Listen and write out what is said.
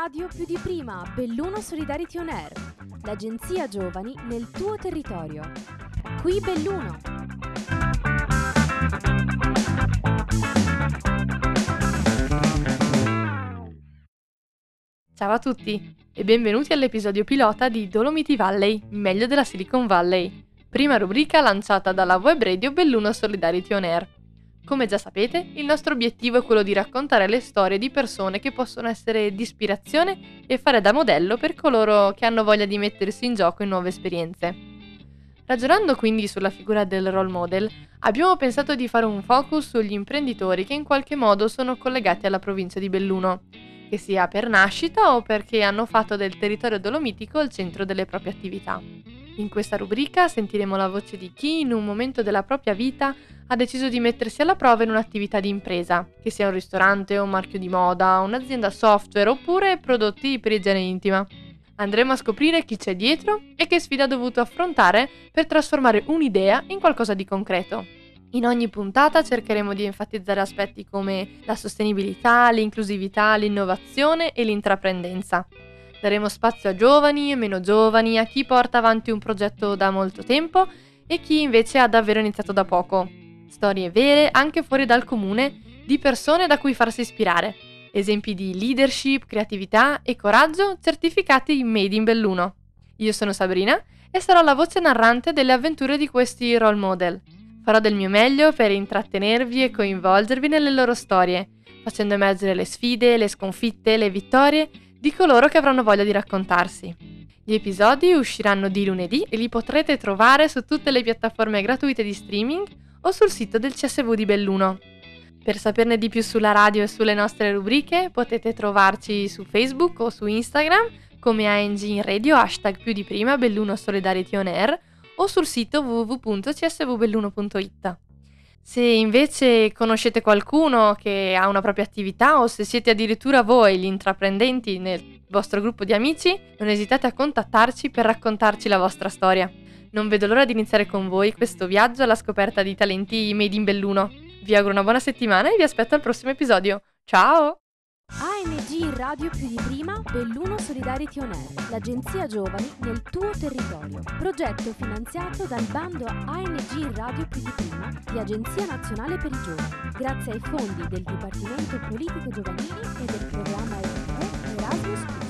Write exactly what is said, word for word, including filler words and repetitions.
Radio più di prima, Belluno Solidarity On Air, l'agenzia giovani nel tuo territorio. Qui Belluno. Ciao a tutti e benvenuti all'episodio pilota di Dolomiti Valley, meglio della Silicon Valley, prima rubrica lanciata dalla web radio Belluno Solidarity On Air. Come già sapete, il nostro obiettivo è quello di raccontare le storie di persone che possono essere di ispirazione e fare da modello per coloro che hanno voglia di mettersi in gioco in nuove esperienze. Ragionando quindi sulla figura del role model, abbiamo pensato di fare un focus sugli imprenditori che in qualche modo sono collegati alla provincia di Belluno, che sia per nascita o perché hanno fatto del territorio dolomitico il centro delle proprie attività. In questa rubrica sentiremo la voce di chi in un momento della propria vita ha deciso di mettersi alla prova in un'attività di impresa, che sia un ristorante, un marchio di moda, un'azienda software oppure prodotti per igiene intima. Andremo a scoprire chi c'è dietro e che sfida ha dovuto affrontare per trasformare un'idea in qualcosa di concreto. In ogni puntata cercheremo di enfatizzare aspetti come la sostenibilità, l'inclusività, l'innovazione e l'intraprendenza. Daremo spazio a giovani e meno giovani, a chi porta avanti un progetto da molto tempo e chi invece ha davvero iniziato da poco. Storie vere, anche fuori dal comune, di persone da cui farsi ispirare. Esempi di leadership, creatività e coraggio certificati Made in Belluno. Io sono Sabrina e sarò la voce narrante delle avventure di questi role model. Farò del mio meglio per intrattenervi e coinvolgervi nelle loro storie, facendo emergere le sfide, le sconfitte, le vittorie di coloro che avranno voglia di raccontarsi. Gli episodi usciranno di lunedì e li potrete trovare su tutte le piattaforme gratuite di streaming o sul sito del C S V di Belluno. Per saperne di più sulla radio e sulle nostre rubriche potete trovarci su Facebook o su Instagram come A N G in Radio, hashtag più di prima Belluno Solidarity On Air o sul sito w w w punto c s v belluno punto i t. Se invece conoscete qualcuno che ha una propria attività o se siete addirittura voi gli intraprendenti nel vostro gruppo di amici, non esitate a contattarci per raccontarci la vostra storia. Non vedo l'ora di iniziare con voi questo viaggio alla scoperta di talenti made in Belluno. Vi auguro una buona settimana e vi aspetto al prossimo episodio. Ciao! A N G Radio più di prima, Belluno Solidarity On Air, l'agenzia giovani nel tuo territorio. Progetto finanziato dal bando A N G Radio più di prima di Agenzia Nazionale per i Giovani, grazie ai fondi del Dipartimento Politico Giovanili e del programma E U Erasmus.